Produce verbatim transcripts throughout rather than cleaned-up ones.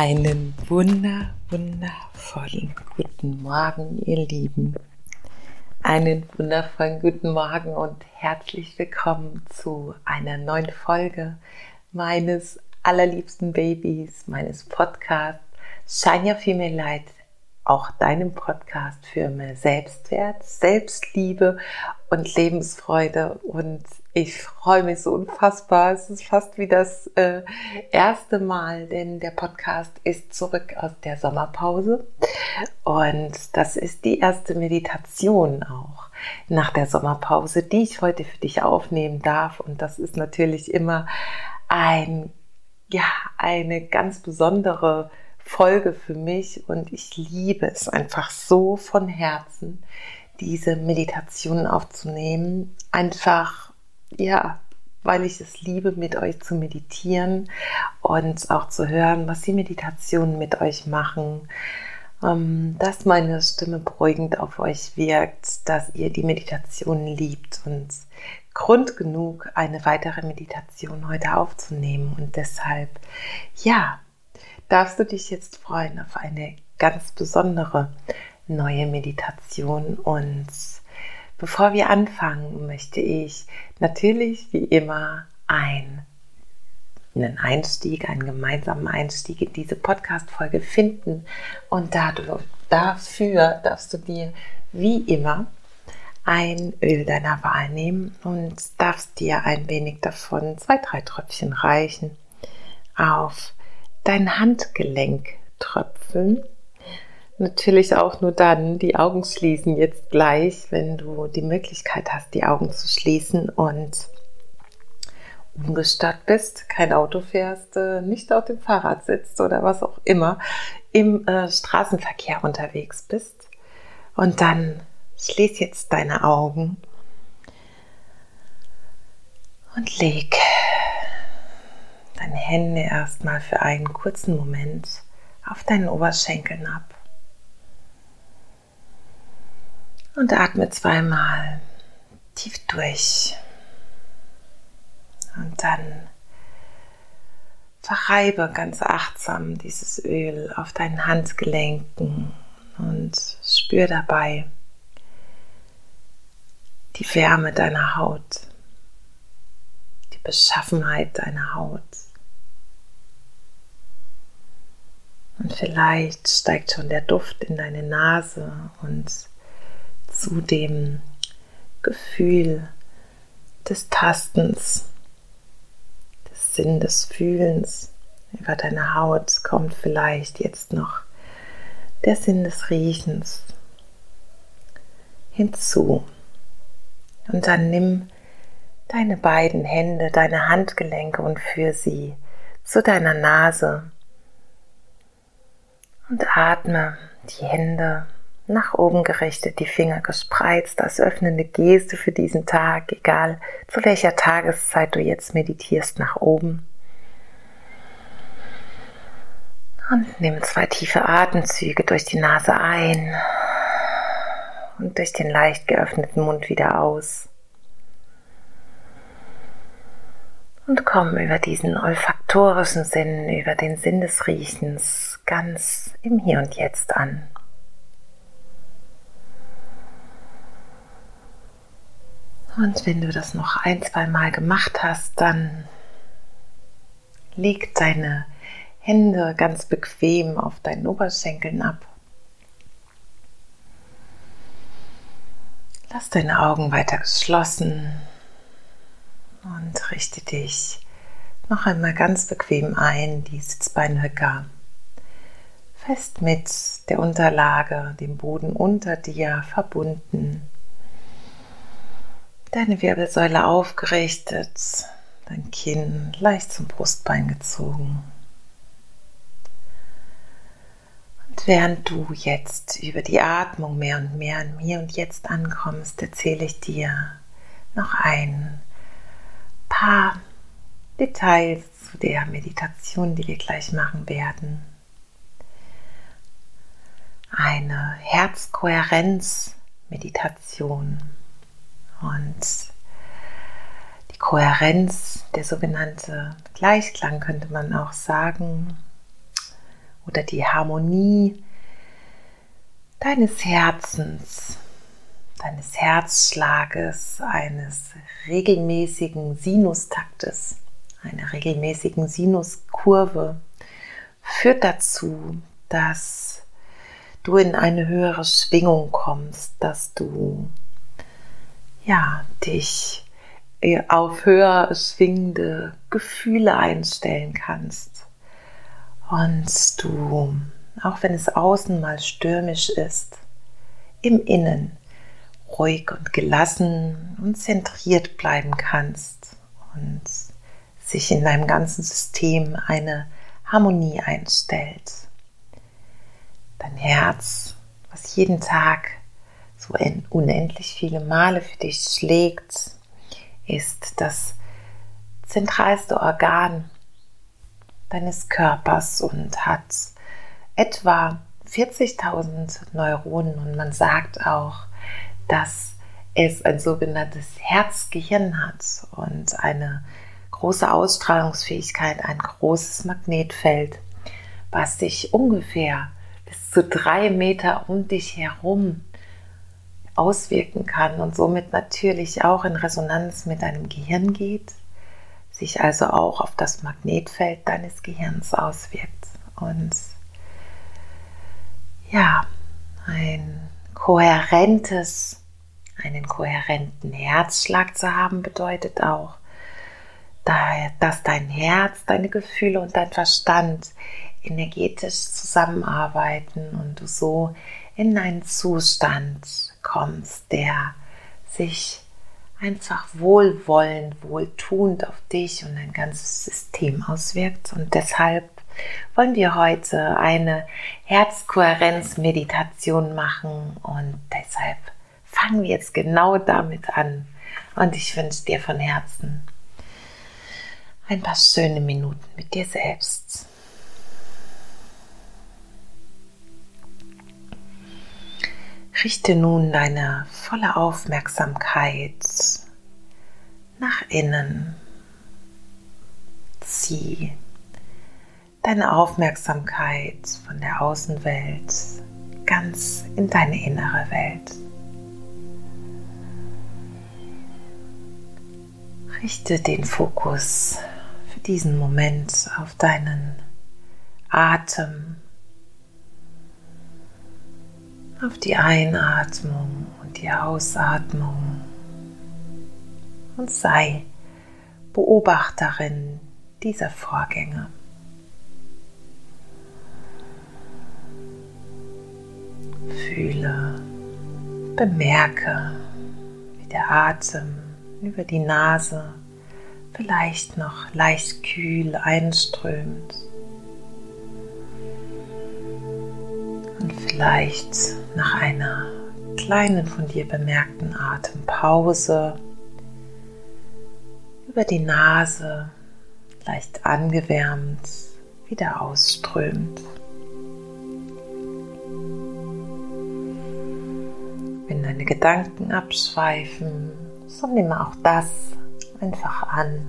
Einen wunder, wundervollen guten Morgen, ihr Lieben. Einen wundervollen guten Morgen und herzlich willkommen zu einer neuen Folge meines allerliebsten Babys, meines Podcasts Shine Your Female Light, auch deinem Podcast für mehr Selbstwert, Selbstliebe und Lebensfreude. Und ich freue mich so unfassbar. Es ist fast wie das äh, erste Mal, denn der Podcast ist zurück aus der Sommerpause. Und das ist die erste Meditation auch nach der Sommerpause, die ich heute für dich aufnehmen darf. Und das ist natürlich immer ein, ja, eine ganz besondere Folge für mich und ich liebe es einfach so von Herzen, diese Meditation aufzunehmen. Einfach, ja, weil ich es liebe, mit euch zu meditieren und auch zu hören, was die Meditationen mit euch machen, dass meine Stimme beruhigend auf euch wirkt, dass ihr die Meditation liebt und Grund genug, eine weitere Meditation heute aufzunehmen. Und deshalb, ja, darfst du dich jetzt freuen auf eine ganz besondere neue Meditation. Und bevor wir anfangen, möchte ich natürlich wie immer ein, einen Einstieg, einen gemeinsamen Einstieg in diese Podcast-Folge finden. Und dadurch, dafür darfst du dir wie immer ein Öl deiner Wahl nehmen und darfst dir ein wenig davon, zwei, drei Tröpfchen reichen, auf dein Handgelenk tröpfeln. Natürlich auch nur dann die Augen schließen jetzt gleich, wenn du die Möglichkeit hast, die Augen zu schließen und ungestört bist, kein Auto fährst, nicht auf dem Fahrrad sitzt oder was auch immer, im äh, Straßenverkehr unterwegs bist. Und dann schließ jetzt deine Augen und leg deine Hände erstmal für einen kurzen Moment auf deinen Oberschenkeln ab und atme zweimal tief durch und dann verreibe ganz achtsam dieses Öl auf deinen Handgelenken und spür dabei die Wärme deiner Haut, die Beschaffenheit deiner Haut. Und vielleicht steigt schon der Duft in deine Nase und zu dem Gefühl des Tastens, des Sinn des Fühlens über deine Haut kommt vielleicht jetzt noch der Sinn des Riechens hinzu. Und dann nimm deine beiden Hände, deine Handgelenke und führe sie zu deiner Nase und atme die Hände nach oben gerichtet, die Finger gespreizt, als öffnende Geste für diesen Tag, egal zu welcher Tageszeit du jetzt meditierst, nach oben. Und nimm zwei tiefe Atemzüge durch die Nase ein und durch den leicht geöffneten Mund wieder aus. Und komm über diesen olfaktorischen Sinn, über den Sinn des Riechens ganz im Hier und Jetzt an. Und wenn du das noch ein, zwei Mal gemacht hast, dann leg deine Hände ganz bequem auf deinen Oberschenkeln ab. Lass deine Augen weiter geschlossen und richte dich noch einmal ganz bequem ein, die Sitzbeinhöcker fest mit der Unterlage, dem Boden unter dir verbunden. Deine Wirbelsäule aufgerichtet, dein Kinn leicht zum Brustbein gezogen. Und während du jetzt über die Atmung mehr und mehr im Hier und Jetzt ankommst, erzähle ich dir noch ein paar Details zu der Meditation, die wir gleich machen werden. Eine Herzkohärenz-Meditation. Und die Kohärenz, der sogenannte Gleichklang könnte man auch sagen, oder die Harmonie deines Herzens, deines Herzschlages, eines regelmäßigen Sinustaktes, einer regelmäßigen Sinuskurve führt dazu, dass du in eine höhere Schwingung kommst, dass du ja, dich auf höher schwingende Gefühle einstellen kannst und du, auch wenn es außen mal stürmisch ist, im Innen ruhig und gelassen und zentriert bleiben kannst und sich in deinem ganzen System eine Harmonie einstellt. Dein Herz, was jeden Tag so unendlich viele Male für dich schlägt, ist das zentralste Organ deines Körpers und hat etwa vierzigtausend Neuronen, und man sagt auch, dass es ein sogenanntes Herzgehirn hat und eine große Ausstrahlungsfähigkeit, ein großes Magnetfeld, was sich ungefähr bis zu drei Meter um dich herum auswirken kann und somit natürlich auch in Resonanz mit deinem Gehirn geht, sich also auch auf das Magnetfeld deines Gehirns auswirkt. Und ja, ein kohärentes, einen kohärenten Herzschlag zu haben, bedeutet auch, dass dein Herz, deine Gefühle und dein Verstand energetisch zusammenarbeiten und du so in einen Zustand kommst, der sich einfach wohlwollend, wohltuend auf dich und dein ganzes System auswirkt. Und deshalb wollen wir heute eine Herzkohärenz-Meditation machen und deshalb fangen wir jetzt genau damit an. Und ich wünsche dir von Herzen ein paar schöne Minuten mit dir selbst. Richte nun deine volle Aufmerksamkeit nach innen. Zieh deine Aufmerksamkeit von der Außenwelt ganz in deine innere Welt. Richte den Fokus für diesen Moment auf deinen Atem, auf die Einatmung und die Ausatmung und sei Beobachterin dieser Vorgänge. Fühle, bemerke, wie der Atem über die Nase vielleicht noch leicht kühl einströmt. Und vielleicht nach einer kleinen von dir bemerkten Atempause über die Nase leicht angewärmt wieder ausströmt. Wenn deine Gedanken abschweifen, so nimm auch das einfach an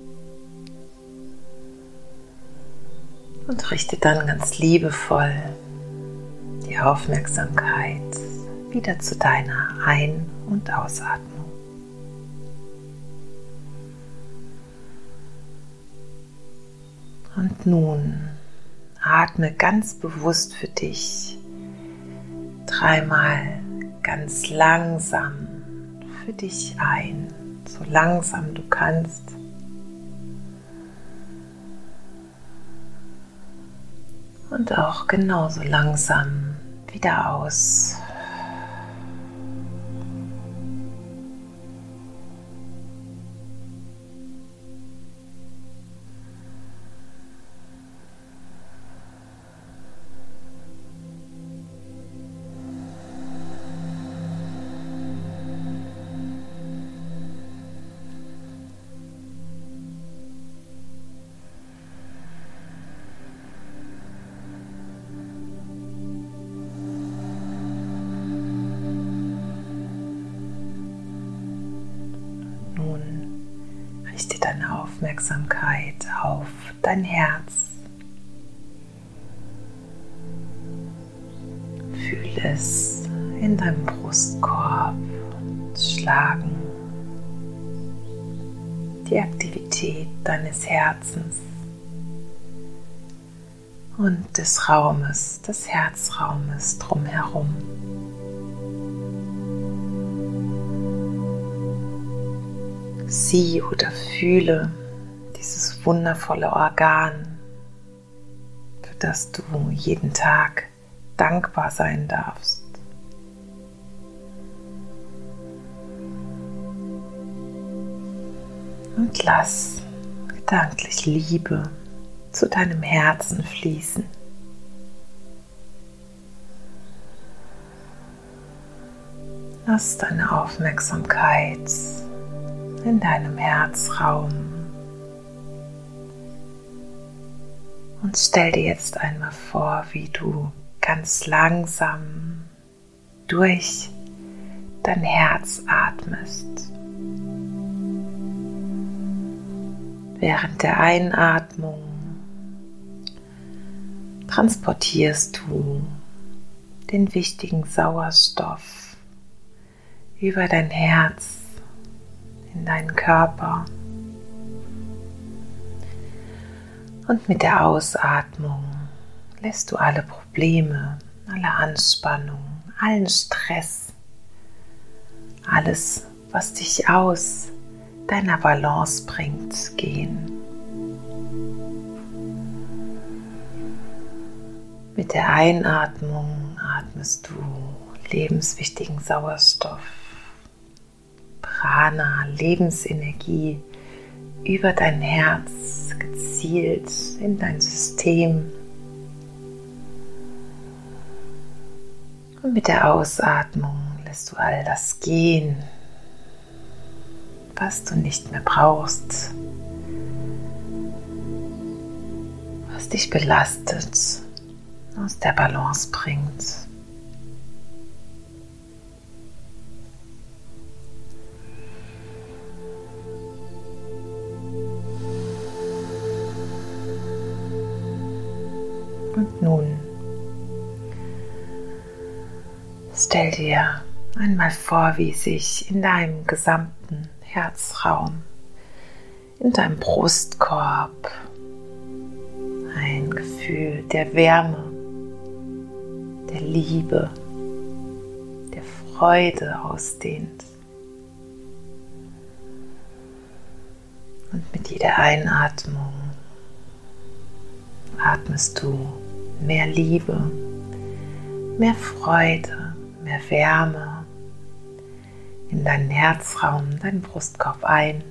und richte dann ganz liebevoll die Aufmerksamkeit wieder zu deiner Ein- und Ausatmung. Und nun atme ganz bewusst für dich dreimal ganz langsam für dich ein, so langsam du kannst. Und auch genauso langsam wieder aus. Richte deine Aufmerksamkeit auf dein Herz. Fühl es in deinem Brustkorb schlagen. Die Aktivität deines Herzens und des Raumes, des Herzraumes drumherum. Sieh oder fühle dieses wundervolle Organ, für das du jeden Tag dankbar sein darfst. Und lass gedanklich Liebe zu deinem Herzen fließen. Lass deine Aufmerksamkeit in deinem Herzraum und stell dir jetzt einmal vor, wie du ganz langsam durch dein Herz atmest. Während der Einatmung transportierst du den wichtigen Sauerstoff über dein Herz in deinen Körper. Und mit der Ausatmung lässt du alle Probleme, alle Anspannung, allen Stress, alles, was dich aus deiner Balance bringt, gehen. Mit der Einatmung atmest du lebenswichtigen Sauerstoff, Prana, Lebensenergie über dein Herz gezielt in dein System. Und mit der Ausatmung lässt du all das gehen, was du nicht mehr brauchst, was dich belastet, aus der Balance bringt. Und nun stell dir einmal vor, wie sich in deinem gesamten Herzraum, in deinem Brustkorb ein Gefühl der Wärme, der Liebe, der Freude ausdehnt. Und mit jeder Einatmung atmest du mehr Liebe, mehr Freude, mehr Wärme in deinen Herzraum, deinen Brustkorb ein.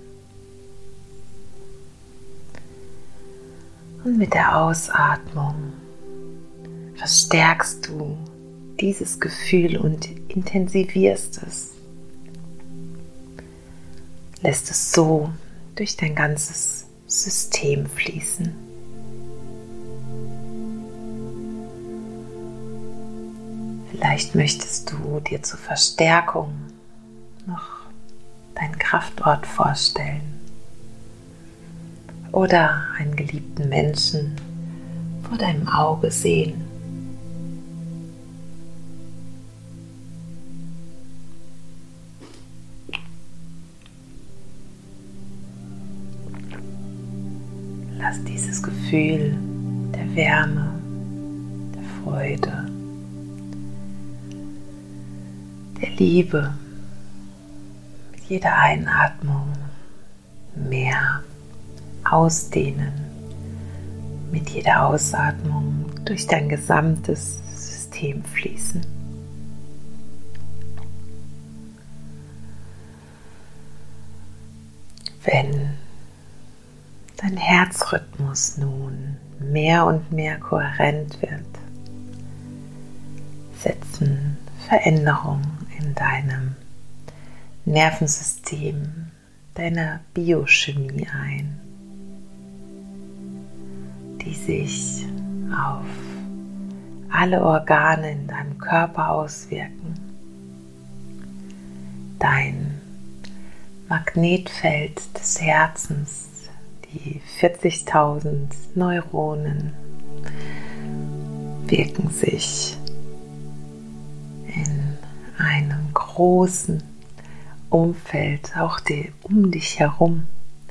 Und mit der Ausatmung verstärkst du dieses Gefühl und intensivierst es. Lässt es so durch dein ganzes System fließen. Vielleicht möchtest du dir zur Verstärkung noch deinen Kraftort vorstellen oder einen geliebten Menschen vor deinem Auge sehen. Lass dieses Gefühl der Wärme, der Freude, der Liebe mit jeder Einatmung mehr ausdehnen, mit jeder Ausatmung durch dein gesamtes System fließen. Wenn dein Herzrhythmus nun mehr und mehr kohärent wird, setzen Veränderungen in deinem Nervensystem, deiner Biochemie ein, die sich auf alle Organe in deinem Körper auswirken. Dein Magnetfeld des Herzens, die vierzigtausend Neuronen wirken sich großen Umfeld, auch die, um dich herum.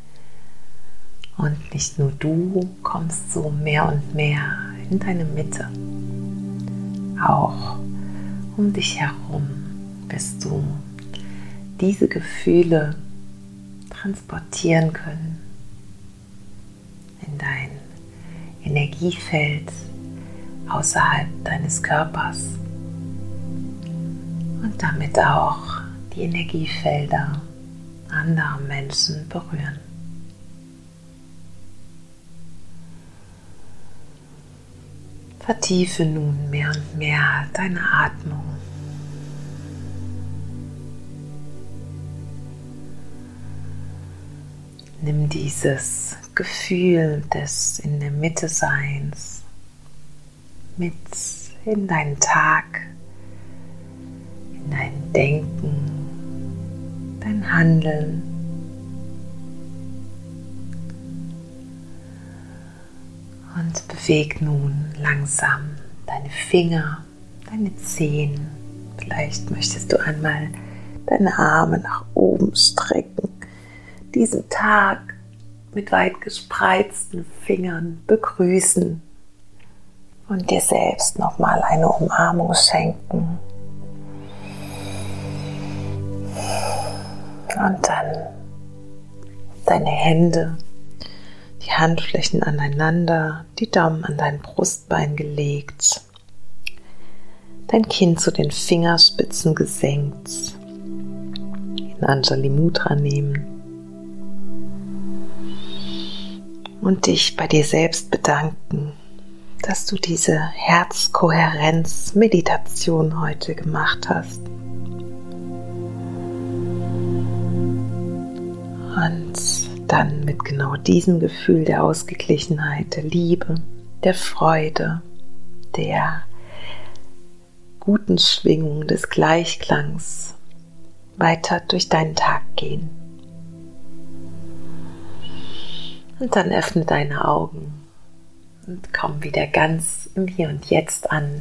Und nicht nur du kommst so mehr und mehr in deine Mitte. Auch um dich herum wirst du diese Gefühle transportieren können in dein Energiefeld außerhalb deines Körpers und damit auch die Energiefelder anderer Menschen berühren. Vertiefe nun mehr und mehr deine Atmung. Nimm dieses Gefühl des in der Mitte Seins mit in deinen Tag, in dein Denken, dein Handeln. Und beweg nun langsam deine Finger, deine Zehen. Vielleicht möchtest du einmal deine Arme nach oben strecken. Diesen Tag mit weit gespreizten Fingern begrüßen und dir selbst nochmal eine Umarmung schenken. Und dann deine Hände, die Handflächen aneinander, die Daumen an dein Brustbein gelegt, dein Kinn zu den Fingerspitzen gesenkt, in Anjali Mudra nehmen und dich bei dir selbst bedanken, dass du diese Herzkohärenz-Meditation heute gemacht hast. Und dann mit genau diesem Gefühl der Ausgeglichenheit, der Liebe, der Freude, der guten Schwingung, des Gleichklangs weiter durch deinen Tag gehen. Und dann öffne deine Augen und komm wieder ganz im Hier und Jetzt an.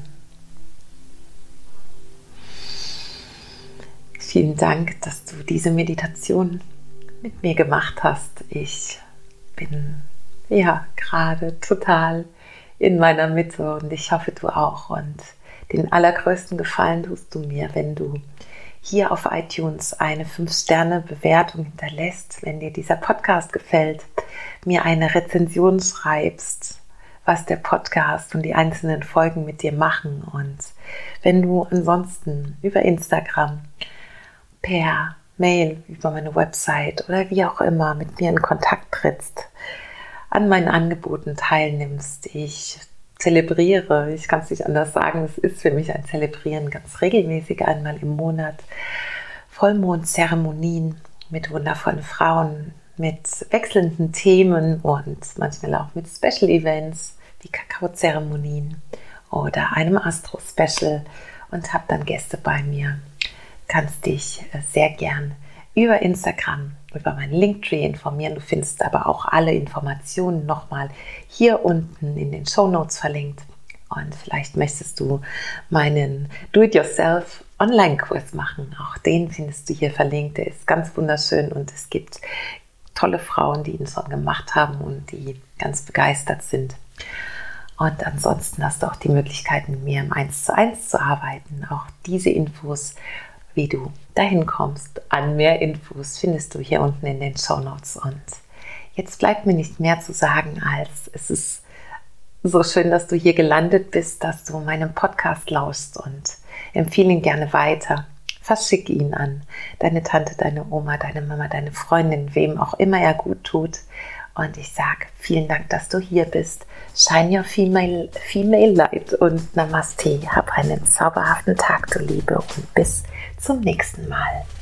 Vielen Dank, dass du diese Meditation mit mir gemacht hast. Ich bin ja gerade total in meiner Mitte und ich hoffe, du auch. Und den allergrößten Gefallen tust du mir, wenn du hier auf iTunes eine fünf Sterne Bewertung hinterlässt, wenn dir dieser Podcast gefällt, mir eine Rezension schreibst, was der Podcast und die einzelnen Folgen mit dir machen. Und wenn du ansonsten über Instagram, per Mail, über meine Website oder wie auch immer mit mir in Kontakt trittst, an meinen Angeboten teilnimmst. Ich zelebriere, ich kann es nicht anders sagen, es ist für mich ein Zelebrieren, ganz regelmäßig einmal im Monat. Vollmondzeremonien mit wundervollen Frauen, mit wechselnden Themen und manchmal auch mit Special Events wie Kakaozeremonien oder einem Astro-Special und habe dann Gäste bei mir. Kannst dich sehr gern über Instagram, über meinen Linktree informieren. Du findest aber auch alle Informationen nochmal hier unten in den Shownotes verlinkt. Und vielleicht möchtest du meinen Do-it-yourself Online-Kurs machen. Auch den findest du hier verlinkt. Der ist ganz wunderschön und es gibt tolle Frauen, die ihn schon gemacht haben und die ganz begeistert sind. Und ansonsten hast du auch die Möglichkeit, mit mir im eins zu eins zu arbeiten. Auch diese Infos, wie du dahin kommst, an mehr Infos findest du hier unten in den Shownotes. Und jetzt bleibt mir nicht mehr zu sagen, als es ist so schön, dass du hier gelandet bist, dass du meinem Podcast lauschst und empfehle ihn gerne weiter. Verschicke ihn an deine Tante, deine Oma, deine Mama, deine Freundin, wem auch immer er gut tut. Und ich sage vielen Dank, dass du hier bist. Shine your female, female light und Namaste. Hab einen zauberhaften Tag, du Liebe, und bis zum nächsten Mal.